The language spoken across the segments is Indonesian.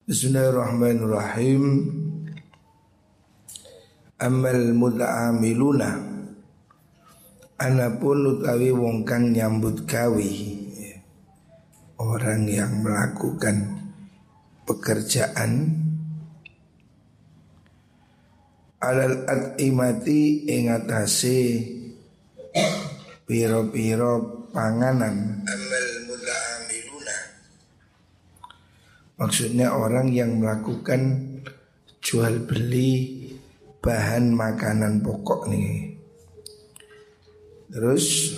Bismillahirrahmanirrahim. Amal muta'amiluna, anapun utawi wong kang nyambut gawe, orang yang melakukan pekerjaan alal at'imati ing atase piro-piro panganan. Amal muta'amiluna, maksudnya orang yang melakukan jual beli bahan makanan pokok nih. Terus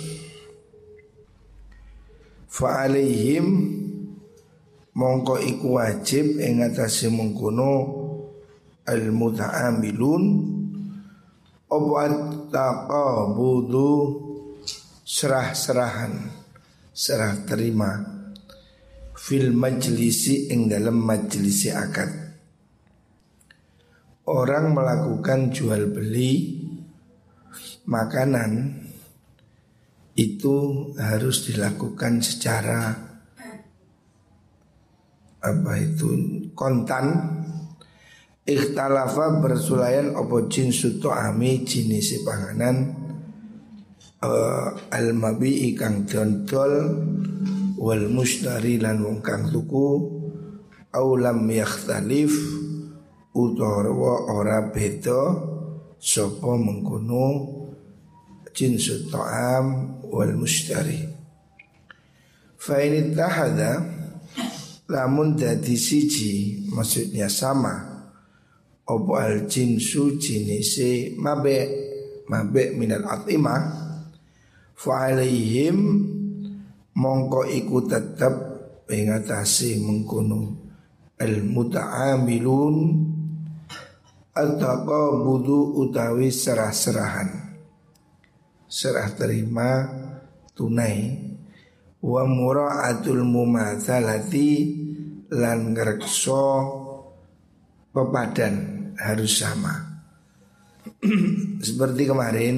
fa'alaihim mongko iku wajib ing atase mengkono al muta'amilun apa taqabudu serah-serahan, serah terima fil majlisi ing dalam majlisi akad. Orang melakukan jual beli makanan itu harus dilakukan secara kontan. Ikhtalafa bersulayan opo jinsu to'ami jenis panganan al-mabi'i kang dondol wal mushtari lan wong kang tuku au lam yakhtalif utawa ora beda sapa mengkono jinsu ta'am wal mushtari. Fa in tahada lamun dadi siji, maksudnya sama opo al jinsu jinise mabe minal atimah fa alaihim mongko iku tetep ing atase mengkono al muta'amilun at-taqabudu utawi serah-serahan, serah terima tunai, wa mura'atul mumatsalati lan ngrekso pepadan harus sama. Seperti kemarin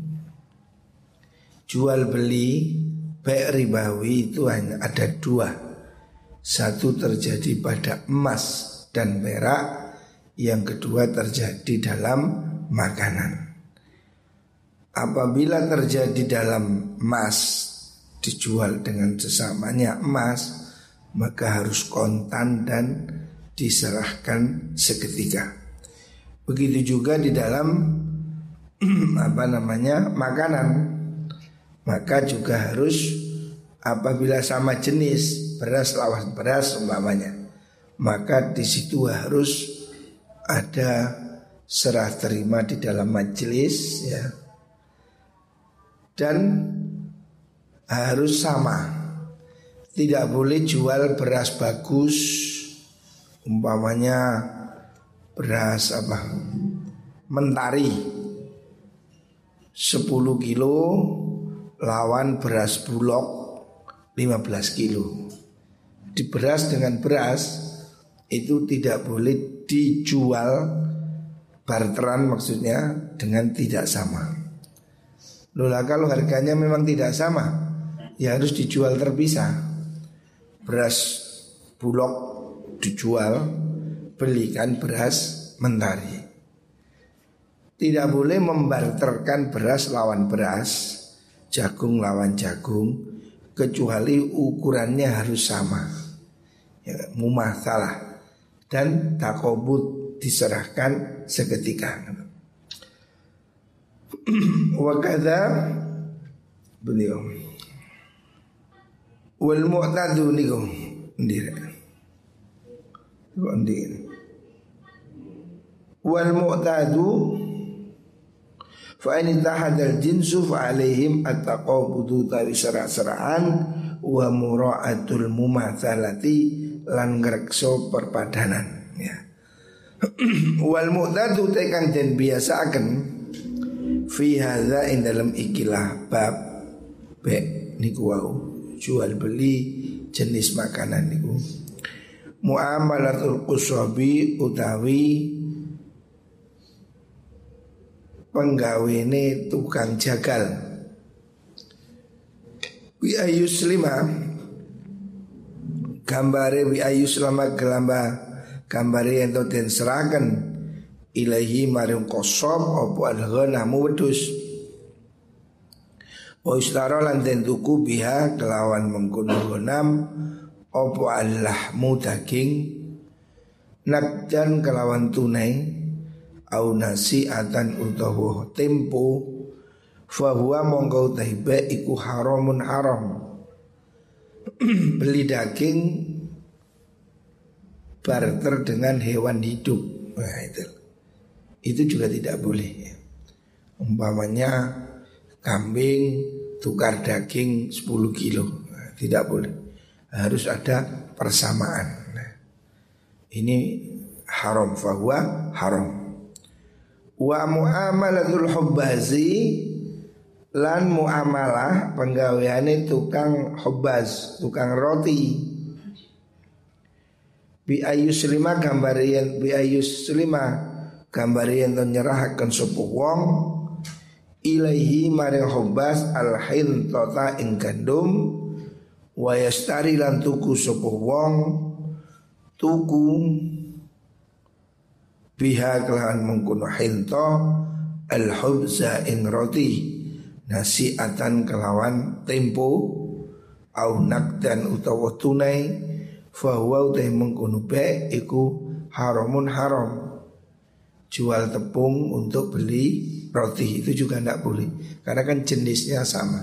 jual beli bai ribawi itu hanya ada dua. Satu terjadi pada emas dan perak, yang kedua terjadi dalam makanan. Apabila terjadi dalam emas, dijual dengan sesamanya emas, maka harus kontan dan diserahkan seketika. Begitu juga di dalam makanan, maka juga harus apabila sama jenis beras lawan beras umpamanya, maka di situ harus ada serah terima di dalam majelis ya, dan harus sama. Tidak boleh jual beras bagus, umpamanya beras mentari 10 kilo lawan beras bulog 15 kilo. Di beras dengan beras itu tidak boleh dijual barteran, maksudnya dengan tidak sama. Lola kalau harganya memang tidak sama, ya harus dijual terpisah. Beras bulog dijual, belikan beras mentari. Tidak boleh membarterkan beras lawan beras, jagung lawan jagung, kecuali ukurannya harus sama ya, mumatsalah dan takobut diserahkan seketika. Wakadha beliau wal mu'tadu niku ndire wal mu'tadu fa in tahadal jinsu fa alaihim at-taqabudu tawi serah-serahan wa mura'atul mumatsalati lan ngrekso perpadanan ya. Wal mu'tadu tekan den biasaaken fi hadza ing dalam ikilah bab be niku wau jual beli jenis makanan niku muamalatul qusabi utawi penggawene tukang jagal. Wi ayuslima gambare wi ayuslama gambare ento den seraken ilahi maring qasab apa al-ghanamu wedhus. Wa istara lan den tuku biha kelawan mengkono ghanam apa al-lahmu daging nakdan kelawan tunai au nasi'atan utawa tempo fahuwa mongko tahiba iku haramun haram. Beli daging barter dengan hewan hidup, nah itu juga tidak boleh. Umpamanya kambing tukar daging 10 kilo, nah, tidak boleh. Harus ada persamaan. Nah, ini haram, fahuwa haram. Wa muamalatul hubbazi lan muamalah penggaweane tukang hubbaz, tukang roti. Bi ayuslima gambarian bi ayuslima gambarian to nyerahaken sapa wong ilaihi maring hubbaz al hintata ing gandum wa yastari lan tuku sapa wong tuku biha kelahan mengkono hinta al hubza ing roti nasi'atan kelawan tempo au nakdan utawa tunai fahuwa utai mengkono be iku haramun haram. Jual tepung untuk beli roti itu juga tidak boleh karena kan jenisnya sama.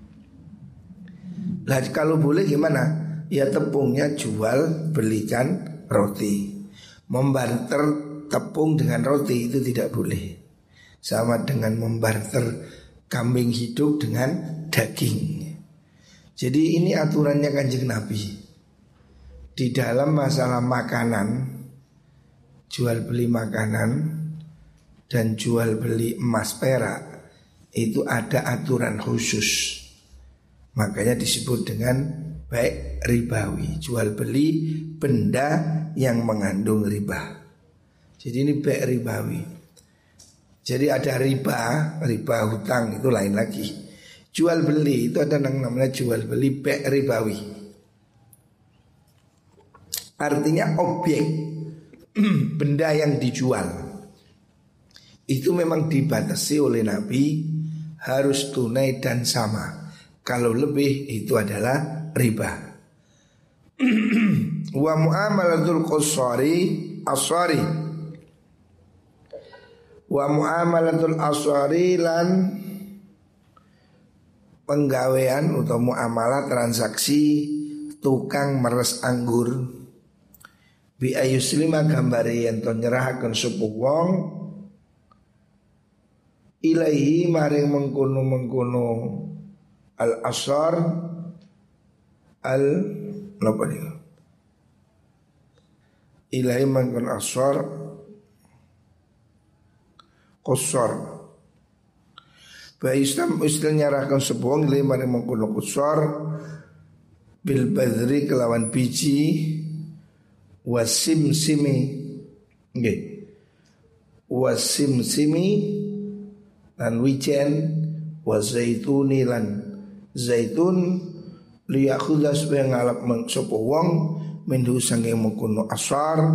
Lah kalau boleh gimana? Ya tepungnya jual belikan roti. Membarter tepung dengan roti itu tidak boleh. Sama dengan membarter kambing hidup dengan daging. Jadi ini aturannya Kanjeng Nabi. Di dalam masalah makanan, jual beli makanan dan jual beli emas perak itu ada aturan khusus. Makanya disebut dengan baik ribawi, jual beli benda yang mengandung riba. Jadi ini baik ribawi. Jadi ada riba hutang itu lain lagi. Jual beli itu ada yang namanya jual beli baik ribawi. Artinya objek benda yang dijual itu memang dibatasi oleh Nabi harus tunai dan sama. Kalau lebih itu adalah riba. Wa muamalatul qasari asari. Wa muamalatul asari lan penggawean atau muamalah transaksi tukang meres anggur. Bi ayuslima gambari yen to nyerahaken sapa wong ilaihi maring mengkono al asar al napa niku ilaihi mengkono asar qasar ba islam nyerahaken sapa wong ilaihi maring mengkono qasar bil badri kelawan biji wasimsimi nggih wasimsimi lan wijen wazaituni lan zaitun liyakhudha supaya ngalap sapa wong minhu sange mengkono asar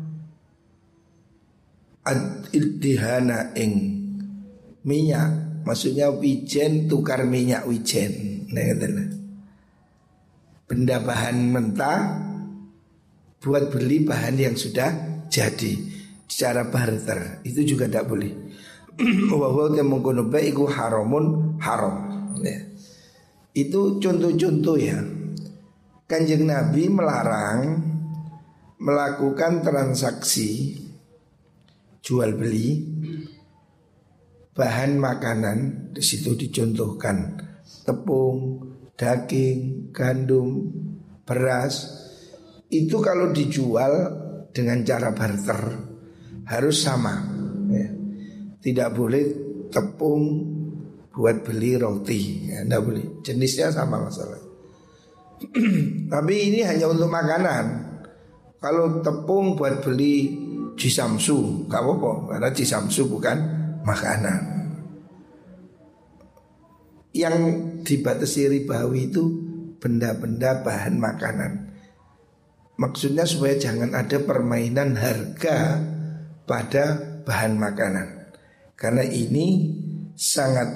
ad-iddihana ing minyak, maksudnya wijen tukar minyak wijen. Benda bahan mentah buat beli bahan yang sudah jadi secara barter, itu juga tidak boleh. Wa mengkono iku haramun haram. Ya. Itu contoh-contoh ya. Kanjeng Nabi melarang melakukan transaksi jual beli bahan makanan. Di situ dicontohkan tepung, daging, gandum, beras. Itu kalau dijual dengan cara barter harus sama ya. Tidak boleh tepung buat beli roti ya, tidak boleh, jenisnya sama masalah. Tapi ini hanya untuk makanan. Kalau tepung buat beli jisamsu gak apa-apa, karena jisamsu bukan makanan. Yang dibatasi ribawi itu benda-benda bahan makanan. Maksudnya supaya jangan ada permainan harga pada bahan makanan, karena ini sangat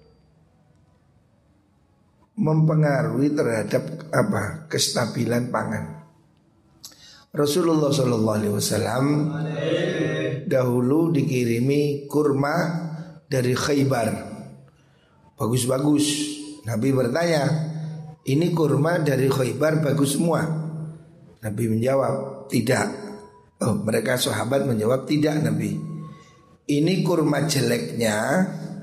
mempengaruhi terhadap kestabilan pangan. Rasulullah SAW dahulu dikirimi kurma dari Khaybar, bagus-bagus. Nabi bertanya, ini kurma dari Khaybar bagus semua? Nabi menjawab, tidak. Mereka sahabat menjawab, tidak Nabi. Ini kurma jeleknya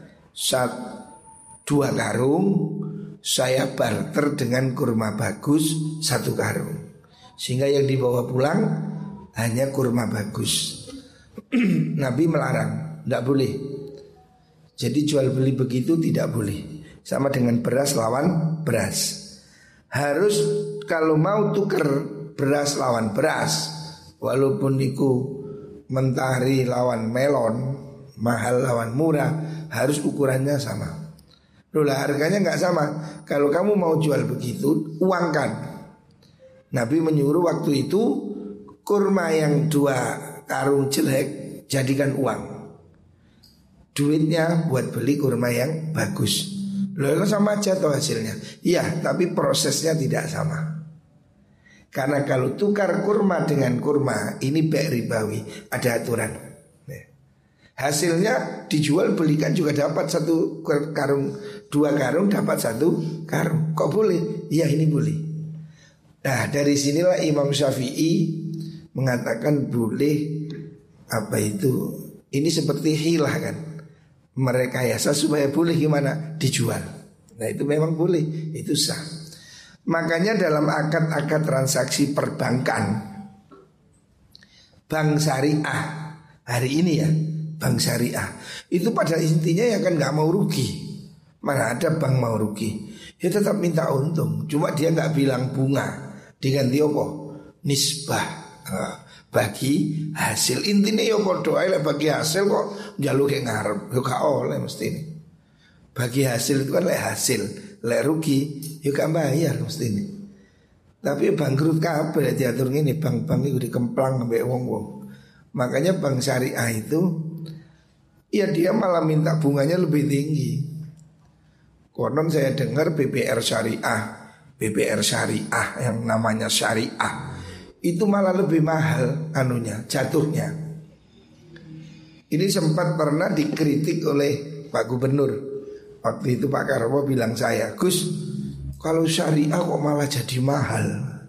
2 karung, saya barter dengan kurma bagus 1 karung, sehingga yang dibawa pulang hanya kurma bagus. Nabi melarang, tidak boleh. Jadi jual beli begitu tidak boleh. Sama dengan beras lawan beras. Harus kalau mau tuker beras lawan beras, walaupun itu mentari lawan melon, mahal lawan murah, harus ukurannya sama. Loh, harganya nggak sama. Kalau kamu mau jual begitu, uangkan. Nabi menyuruh waktu itu kurma yang 2 karung jelek jadikan uang. Duitnya buat beli kurma yang bagus. Loh, sama aja tuh hasilnya. Iya, tapi prosesnya tidak sama. Karena kalau tukar kurma dengan kurma, ini bai ribawi, ada aturan. Hasilnya dijual belikan juga dapat 1 karung, 2 karung dapat 1 karung. Kok boleh? Iya, ini boleh. Nah, dari sinilah Imam Syafi'i mengatakan boleh ini seperti hilah kan, merekayasa supaya boleh gimana? Dijual. Nah, itu memang boleh, itu sah. Makanya dalam akad-akad transaksi perbankan, bank syariah hari ini ya, bank syariah itu pada intinya ya kan nggak mau rugi. Mana ada bank mau rugi? Ya tetap minta untung. Cuma dia nggak bilang bunga, diganti apa? Nisbah, bagi hasil. Intinya ya podo ae bagi hasil kok njaluk ke ngarep. Yo gak oleh mesti ini. Bagi hasil itu kan lek hasil, lek rugi yo gak bayar mesti ini. Tapi bangkrut kabeh diatur ngene, bank-bank itu dikemplang ambek wong-wong. Makanya bank syariah itu ya dia malah minta bunganya lebih tinggi. Konon saya dengar BBR syariah yang namanya syariah itu malah lebih mahal jatuhnya. Ini sempat pernah dikritik oleh Pak Gubernur. Waktu itu Pak Karwo bilang saya, Gus, kalau syariah kok malah jadi mahal?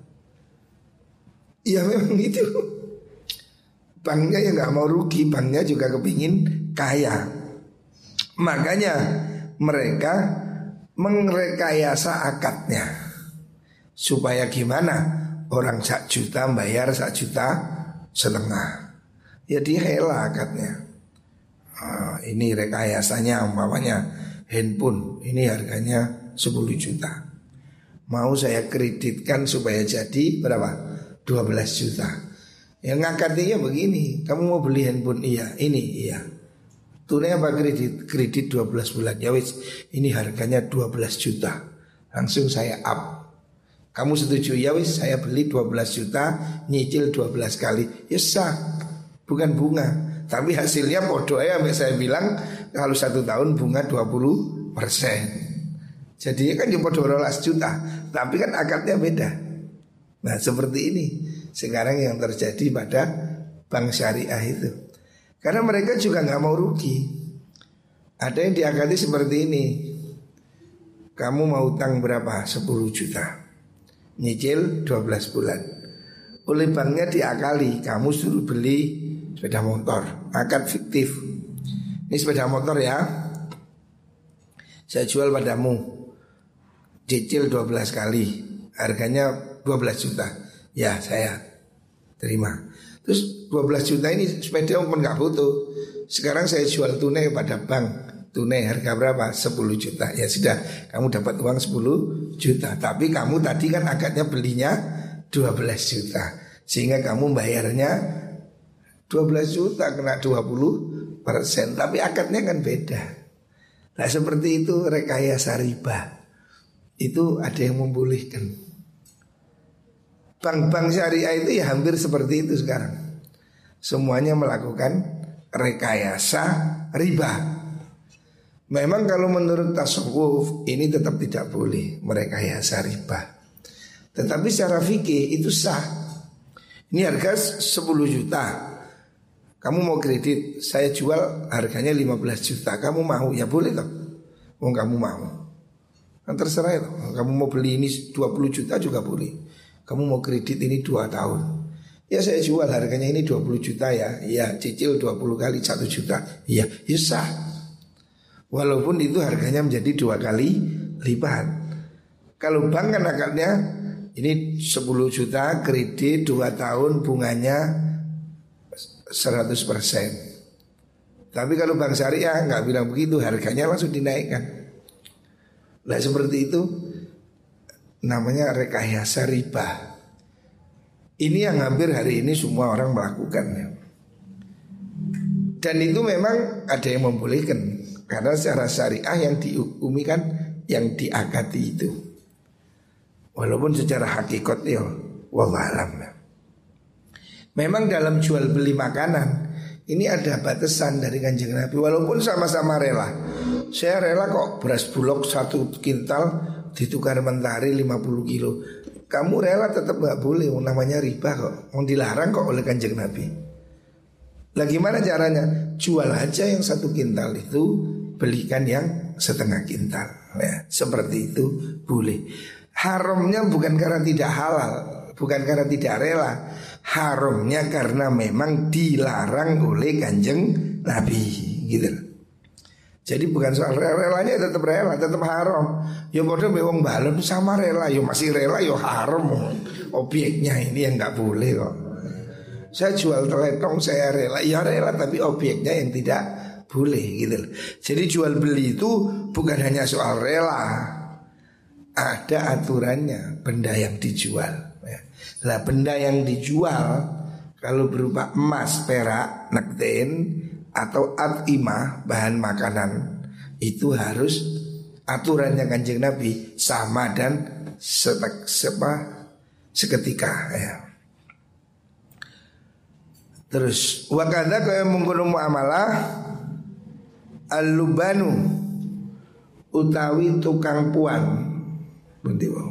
Ya memang itu. Banknya ya gak mau rugi, banknya juga kepingin kaya. Makanya mereka mengrekayasa akadnya supaya gimana? Orang 1 juta bayar 1,5 juta. Ya dihela akadnya. Ini rekayasanya umpamanya handphone ini harganya 10 juta. Mau saya kreditkan supaya jadi berapa? 12 juta. Yang ngakadnya begini, kamu mau beli handphone? Iya, ini iya. Tunai apa kredit? Kredit 12 bulan. Ya wis, ini harganya 12 juta. Langsung saya up. Kamu setuju? Ya wis, saya beli 12 juta, nyicil 12 kali. Ya sah, bukan bunga. Tapi hasilnya podo ya, saya bilang kalau 1 tahun bunga 20%. Jadi kan cuma 12 juta. Tapi kan akadnya beda. Nah seperti ini sekarang yang terjadi pada bank syariah itu. Karena mereka juga gak mau rugi. Ada yang diakadi seperti ini. Kamu mau utang berapa? 10 juta, nyicil 12 bulan. Oleh banknya diakali, kamu suruh beli sepeda motor. Akad fiktif. Ini sepeda motor ya, saya jual padamu, cicil 12 kali, harganya 12 juta. Ya saya terima. Terus 12 juta ini sepeda pun gak butuh. Sekarang saya jual tunai pada bank. Tunai harga berapa? 10 juta. Ya sudah, kamu dapat uang 10 juta. Tapi kamu tadi kan akadnya belinya 12 juta. Sehingga kamu bayarnya 12 juta kena 20%. Tapi akadnya kan beda. Nah seperti itu rekayasa riba. Itu ada yang membolehkan. Bank-bank syariah itu ya hampir seperti itu sekarang. Semuanya melakukan rekayasa riba. Memang kalau menurut tasawuf ini tetap tidak boleh merekayasa riba. Tetapi secara fikih itu sah. Ini harga 10 juta. Kamu mau kredit, saya jual harganya 15 juta. Kamu mau? Ya boleh toh. Oh kamu mau. Kan terserah ya. Kamu mau beli ini 20 juta juga boleh. Kamu mau kredit ini 2 tahun. Ya saya jual harganya ini 20 juta ya. Ya cicil 20 kali 1 juta. Ya sah. Walaupun itu harganya menjadi 2 kali lipat. Kalau bank kan akadnya ini 10 juta kredit 2 tahun bunganya 100%. Tapi kalau bank syariah nggak bilang begitu, harganya langsung dinaikkan. Nah seperti itu namanya rekayasa riba. Ini yang hampir hari ini semua orang melakukannya. Dan itu memang ada yang membolehkan. Karena secara syariah yang dihukumikan yang diakati itu. Walaupun secara hakikat ya wallahualam. Memang dalam jual beli makanan ini ada batasan dari Kanjeng Nabi. Walaupun sama-sama rela. Saya rela kok beras bulog 1 kintal ditukar mentari 50 kilo. Kamu rela tetap gak boleh, namanya riba kok. Mau dilarang kok oleh Kanjeng Nabi. Lah gimana caranya? Jual aja yang 1 kintal itu, belikan yang setengah kintal ya, seperti itu boleh. Haramnya bukan karena tidak halal, bukan karena tidak rela. Haramnya karena memang dilarang oleh Kanjeng Nabi gitu. Jadi bukan soal relanya tetap rela, tetap haram. Ya bodoh bewong balon sama rela, ya masih rela ya haram. Objeknya ini yang nggak boleh kok. Saya jual teletong saya rela, ya rela tapi objeknya yang tidak boleh gitu. Jadi jual beli itu bukan hanya soal rela, ada aturannya benda yang dijual. Lah benda yang dijual kalau berupa emas, perak, nakden atau at'imah, bahan makanan, itu harus aturannya Kanjeng Nabi sama dan seketika ya. Terus wakada kaya mengkono muamalah al-lubanu utawi tukang puan. Bunti wong.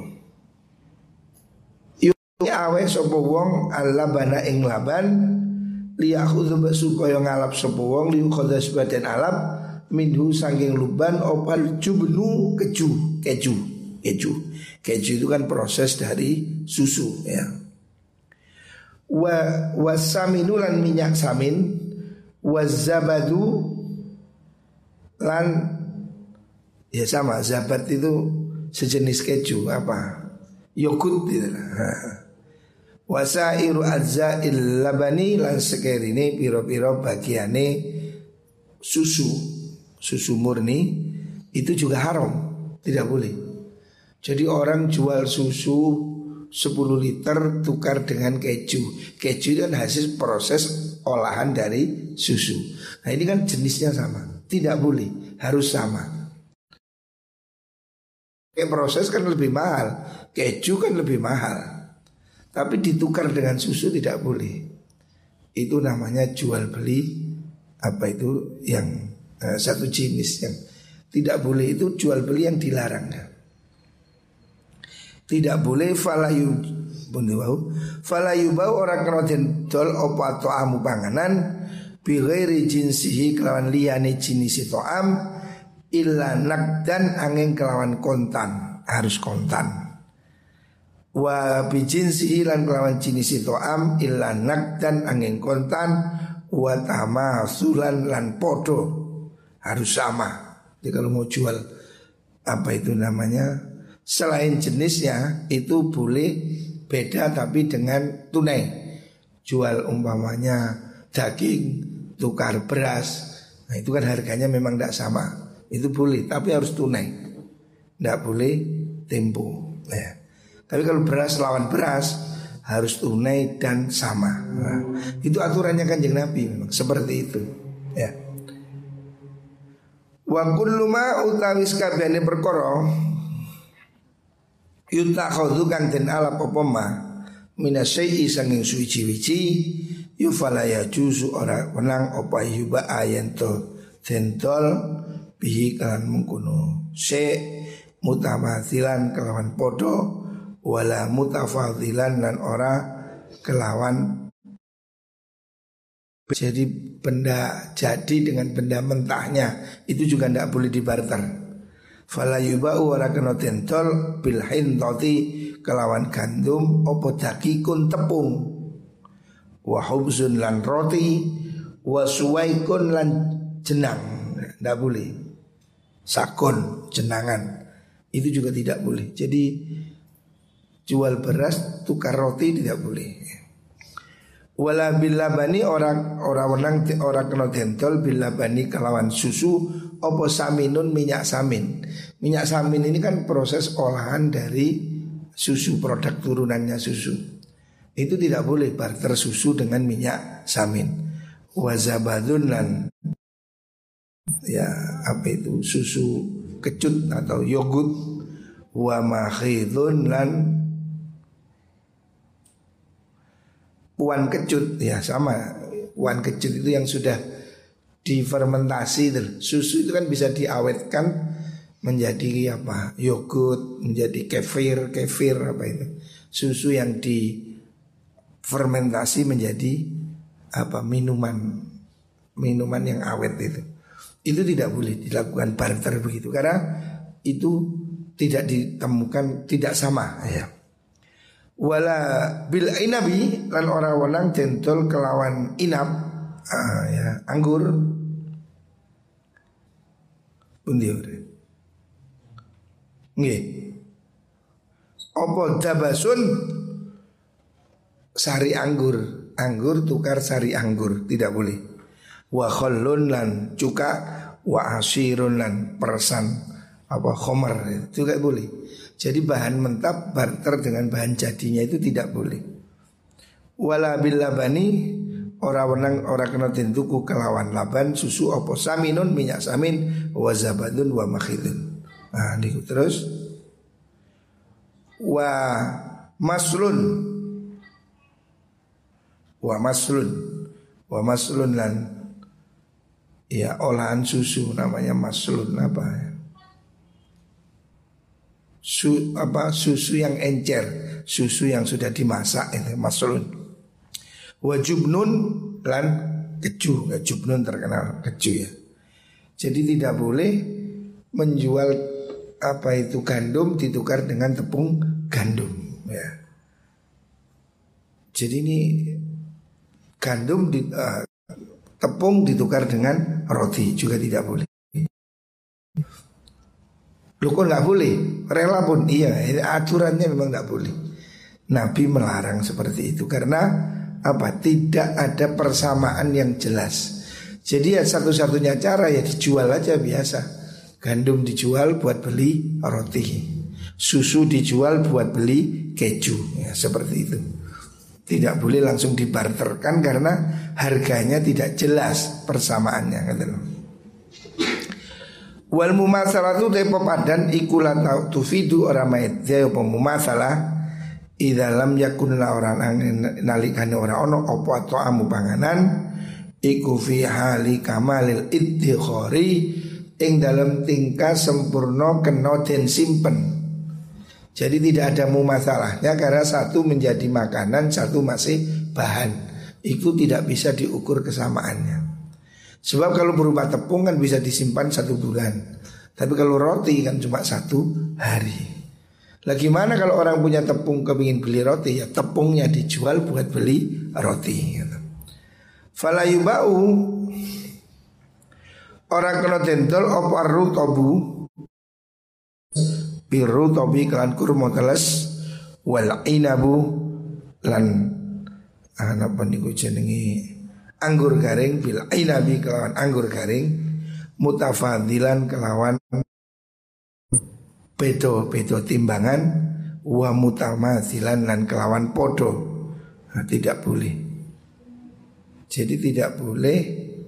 Ya awe sapa wong al-labana ing laban liyakhudhu supaya ngalap sapa wong liyakhudhu sebadan alap minhu saking luban opal jubnu keju itu kan proses dari susu ya. Wasaminu lan minyak samin, wazabadu lan ya sama, zabat itu sejenis keju apa? Yogurt gitu lah. Wasairu adza'il labani lan sekerine piro-piro bagiane susu murni itu juga haram, tidak boleh. Jadi orang jual susu 10 liter tukar dengan keju. Keju itu kan hasil proses olahan dari susu. Nah ini kan jenisnya sama, tidak boleh, harus sama. Proses kan lebih mahal, keju kan lebih mahal. Tapi ditukar dengan susu tidak boleh. Itu namanya jual beli apa itu yang satu jenis yang tidak boleh, itu jual beli yang dilarang. Tidak boleh falayu bau orang kena dol apa to'amu panganan bi ghairi jinsihi kelawan liyane jinisi to'am illa nakdan angin kelawan kontan, harus kontan. Wa bijinsihi lan kelawan jinisi to'am illa nakdan angin kontan wa tamasulan lan podo, harus sama. Jadi kalau mau jual apa itu namanya selain jenisnya itu boleh beda tapi dengan tunai. Jual umpamanya daging tukar beras, nah itu kan harganya memang tidak sama. Itu boleh tapi harus tunai, tidak boleh tempo ya. Tapi kalau beras lawan beras harus tunai dan sama. Nah, itu aturannya Kanjeng Nabi memang seperti itu ya. Wa kullu ma utawi sakabehane perkara yutakhadhu kang den alap apa ma minasyai sanging suci-wici yufala ya juzu ora wenang apa yuba ayanto dentol bihi kan mengkono se mutamathilan kelawan podo wala mutafadhilan lan ora kelawan. Jadi benda jadi dengan benda mentahnya itu juga tidak boleh dibarter. Fala yuba'u ora kena dentol bil hintati kelawan gandum opo dakikun tepung wa hubzun lan roti wa suwaikun lan jenang, tidak boleh. Sakon jenangan itu juga tidak boleh. Jadi jual beras tukar roti tidak boleh. Wala bilabani orang wenang orang kena dentol bilabani kelawan susu opo saminun minyak samin. Minyak samin ini kan proses olahan dari susu, produk turunannya susu. Itu tidak boleh barter susu dengan minyak samin. Wazabadun lan ya apa itu susu kecut atau yogurt. Wa makhidun lan uan kecut ya sama. Uan kecut itu yang sudah difermentasi. Susu itu kan bisa diawetkan menjadi apa? Yogurt, menjadi kefir apa itu? Susu yang difermentasi menjadi apa? Minuman yang awet itu. Itu tidak boleh dilakukan barter begitu karena itu tidak ditemukan, tidak sama ya. Wala bil inabi lan ora wenang dentol kelawan inab ya anggur pundi ora nggih apa dabasun sari anggur tukar sari anggur tidak boleh. Wa khallun lan cuka wa asirun lan persan apa khomer juga boleh. Jadi bahan mentah barter dengan bahan jadinya itu tidak boleh. Wala bil labani ora wenang ora kena tentuku kelawan laban susu opo saminun minyak samin wa zabadun wa makhidun. Nah niku terus wa maslun lan ya olahan susu namanya maslun apa ya? Susu yang encer, susu yang sudah dimasak itu maslun. Wa jubnun lan keju, jubnun terkenal keju ya. Jadi tidak boleh menjual apa itu gandum ditukar dengan tepung gandum ya. Jadi ini gandum tepung ditukar dengan roti juga tidak boleh. Loh kok gak boleh? Rela pun iya, aturannya memang gak boleh. Nabi melarang seperti itu karena apa? Tidak ada persamaan yang jelas. Jadi ya satu-satunya cara ya dijual aja biasa. Gandum dijual buat beli roti, susu dijual buat beli keju ya, seperti itu. Tidak boleh langsung dibarterkan karena harganya tidak jelas persamaannya gitu. Wal mumasalatu te pepadan ikulan tufidu ora maet dia pemumasalah i dalam yakun la orang nalikane ora ono opo atau amu panganan iku fi hali kamalil iddikhari ing dalam tingkah sempurna kena den simpen. Jadi tidak ada mumasalahnya karena satu menjadi makanan, satu masih bahan. Itu tidak bisa diukur kesamaannya. Sebab kalau berupa tepung kan bisa disimpan 1 bulan. Tapi kalau roti kan cuma 1 hari. Lah gimana kalau orang punya tepung kepingin beli roti? Ya tepungnya dijual buat beli roti. Fala yuba'u orang kena dentol apa rutobu biru tobi kelan kurma teles wal inabu lan apa niku jenenge anggur garing bil inabi kelawan anggur garing mutafadilan kelawan bedo timbangan wa mutamatsilan lan kelawan podo. Nah, tidak boleh. Jadi tidak boleh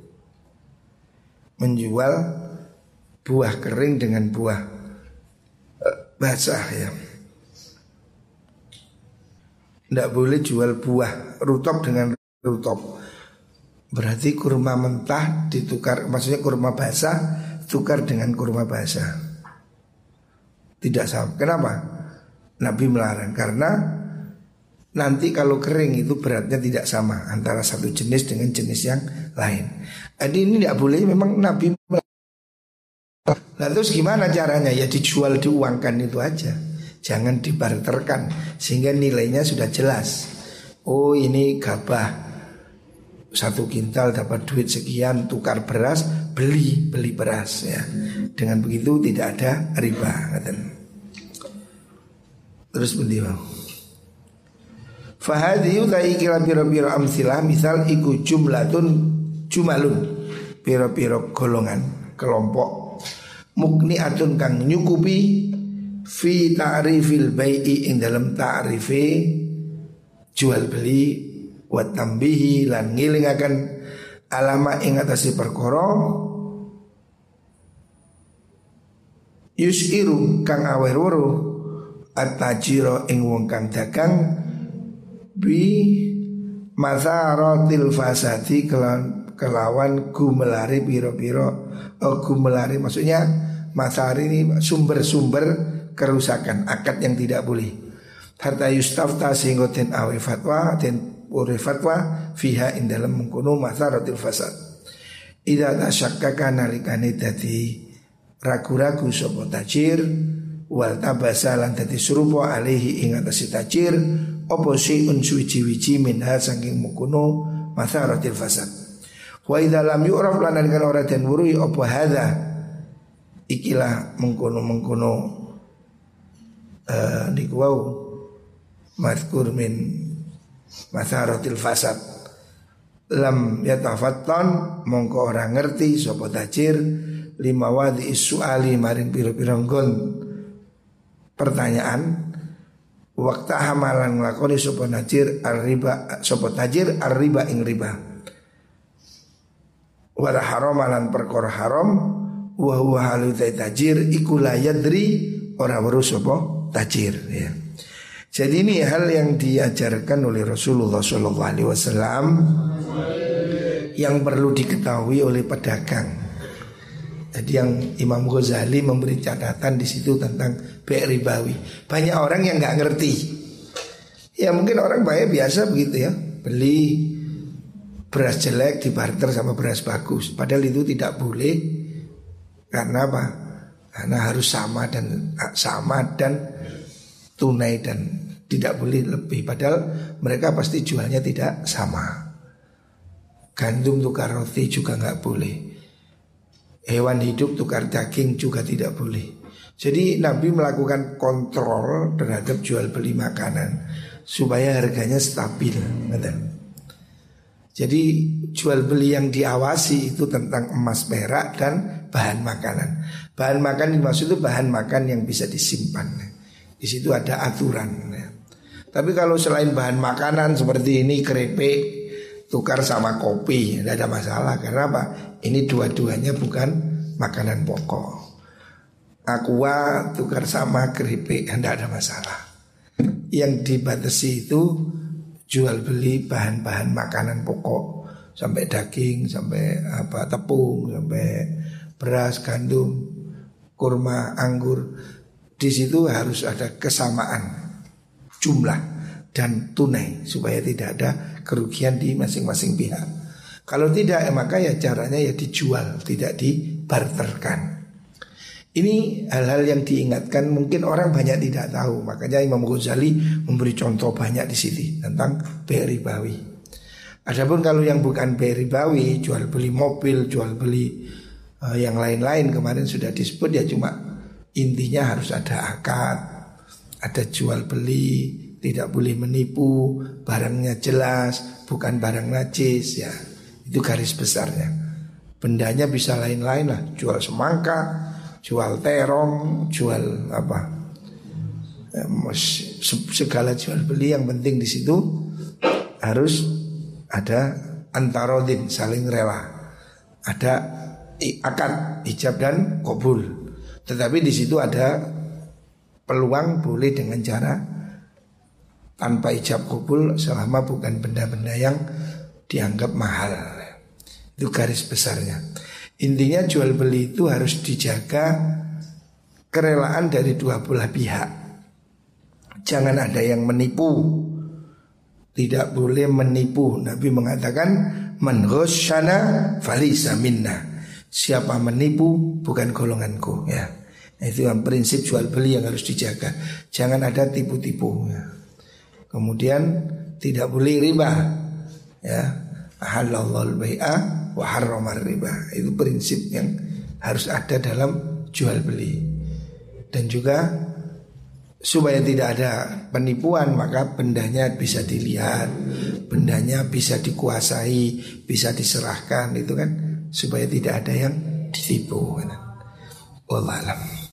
menjual buah kering dengan buah basah ya. Tidak boleh jual buah rutop dengan rutop. Berarti kurma mentah ditukar, maksudnya kurma basah tukar dengan kurma basah. Tidak sama. Kenapa? Nabi melarang karena nanti kalau kering itu beratnya tidak sama antara satu jenis dengan jenis yang lain. Jadi ini tidak boleh, memang Nabi melarang. Nah terus gimana caranya? Ya dijual, diuangkan itu aja. Jangan dibarterkan sehingga nilainya sudah jelas. Oh ini gabah 1 kintal dapat duit sekian, tukar beras, beli beras ya. Dengan begitu tidak ada riba. Terus beliau fahadhi utai kira piro-piro amsilah, misal iku jumalun piro-piro golongan kelompok mukniatun kang nyukupi fi ta'rifil bai'i ing dalam ta'rifi jual beli wa tambihi lan ngilingaken alama ing atase perkara yusiru kang awer-weruh at-tajira ing wong kang dagang bi mazaratil fasadi kelawan gumelare piro-piro gumelare maksudnya masari ini sumber-sumber kerusakan, akad yang tidak boleh. Hatta yustafta sehingga den awe fatwa, den ure fatwa fiha in dalam mengkono mazaratil fasad. Idza tasyakkaka nalikane dadi ragu-ragu sapa tajir wal tabasa lan dadi serupa alaihi ing atase tajir apa syai'un suwi-wiji minha saking mengkono mazaratil fasad. Wa idza lam yu'raf lan nalikane ora den weruhi apa hadza ikilah mengkono niku wau mazkur min mazharatil fasad lam yatafattan mongko ora ngerti sapa tajir lima wadi suali maring pira-pira nggon pertanyaan waktu hamalan nglakoni sapa tajir ar-riba sapa tajir ar-riba ing riba wala haram lan perkara haram wa huwa halu tajir iku la yadri ora weruh sapa tajir ya. Jadi ini hal yang diajarkan oleh Rasulullah SAW yang perlu diketahui oleh pedagang. Jadi yang Imam Ghazali memberi catatan di situ tentang bai' ribawi. Banyak orang yang nggak ngerti. Ya mungkin orang bayar biasa begitu ya, beli beras jelek dibarter sama beras bagus. Padahal itu tidak boleh. Karena apa? Karena harus sama dan tunai dan tidak boleh lebih. Padahal mereka pasti jualnya tidak sama. Gandum tukar roti juga nggak boleh. Hewan hidup tukar daging juga tidak boleh. Jadi Nabi melakukan kontrol terhadap jual beli makanan supaya harganya stabil. Jadi jual beli yang diawasi itu tentang emas, perak dan bahan makanan. Bahan makan dimaksud itu bahan makan yang bisa disimpan. Di situ ada aturan. Tapi kalau selain bahan makanan seperti ini keripik tukar sama kopi, tidak ada masalah. Karena apa? Ini dua-duanya bukan makanan pokok. Aqua tukar sama keripik, tidak ada masalah. Yang dibatasi itu jual beli bahan-bahan makanan pokok, sampai daging, sampai tepung, sampai beras, gandum, kurma, anggur. Di situ harus ada kesamaan jumlah dan tunai supaya tidak ada kerugian di masing-masing pihak. Kalau tidak maka ya caranya ya dijual, tidak dibarterkan. Ini hal-hal yang diingatkan, mungkin orang banyak tidak tahu. Makanya Imam Ghazali memberi contoh banyak di sini tentang bai' ribawi. Adapun kalau yang bukan bai' ribawi, jual beli mobil, jual beli yang lain-lain kemarin sudah disebut ya, cuma intinya harus ada akad, ada jual beli, tidak boleh menipu, barangnya jelas, bukan barang najis ya. Itu garis besarnya. Bendanya bisa lain-lain lah, jual semangka, jual terong, jual apa, segala jual beli. Yang penting di situ harus ada antarodin, saling rela, ada akad ijab dan qabul. Tetapi di situ ada peluang boleh dengan cara tanpa ijab kabul selama bukan benda-benda yang dianggap mahal. Itu garis besarnya. Intinya jual beli itu harus dijaga kerelaan dari dua belah pihak. Jangan ada yang menipu. Tidak boleh menipu. Nabi mengatakan man ghasyana falaysa minna. Siapa menipu bukan golonganku ya. Itu yang prinsip jual beli yang harus dijaga. Jangan ada tipu-tipu ya. Kemudian tidak boleh riba ya. Halallahu al-bai'a wa harramar riba. Itu prinsip yang harus ada dalam jual beli. Dan juga supaya tidak ada penipuan, maka bendanya bisa dilihat, bendanya bisa dikuasai, bisa diserahkan, itu kan supaya tidak ada yang ditipu. Wallahu a'lam.